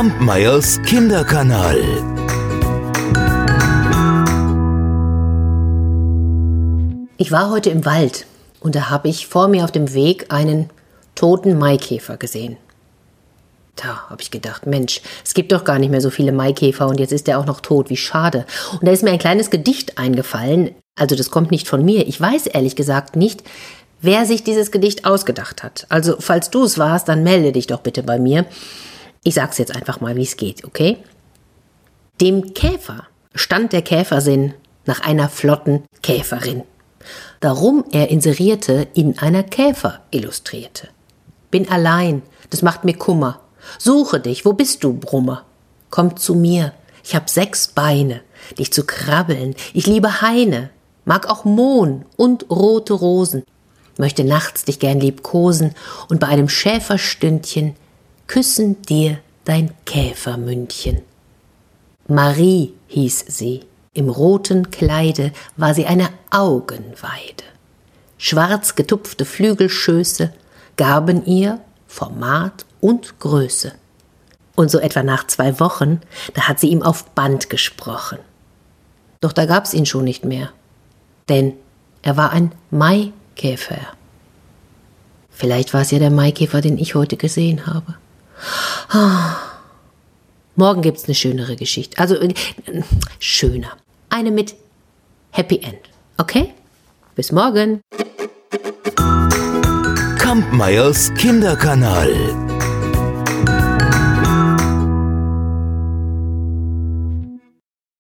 Kampmeyers Kinderkanal. Ich war heute im Wald und da habe ich vor mir auf dem Weg einen toten Maikäfer gesehen. Da habe ich gedacht, Mensch, es gibt doch gar nicht mehr so viele Maikäfer und jetzt ist der auch noch tot, wie schade. Und da ist mir ein kleines Gedicht eingefallen, also das kommt nicht von mir. Ich weiß ehrlich gesagt nicht, wer sich dieses Gedicht ausgedacht hat. Also falls du es warst, dann melde dich doch bitte bei mir. Ich sag's jetzt einfach mal, wie es geht, okay? Dem Käfer stand der Käfersinn nach einer flotten Käferin. Darum er inserierte, in einer Käfer illustrierte. Bin allein, das macht mir Kummer. Suche dich, wo bist du, Brummer? Komm zu mir, ich hab 6 Beine, dich zu krabbeln. Ich liebe Haine, mag auch Mohn und rote Rosen. Möchte nachts dich gern liebkosen und bei einem Schäferstündchen küssen dir dein Käfermündchen. Marie hieß sie, im roten Kleide war sie eine Augenweide. Schwarz getupfte Flügelschöße gaben ihr Format und Größe. Und so etwa nach 2 Wochen, da hat sie ihm auf Band gesprochen. Doch da gab's ihn schon nicht mehr, denn er war ein Maikäfer. Vielleicht war es ja der Maikäfer, den ich heute gesehen habe. Morgen gibt's eine schönere Geschichte. Also schöner. Eine mit Happy End. Okay? Bis morgen. Kampmeyers Kinderkanal.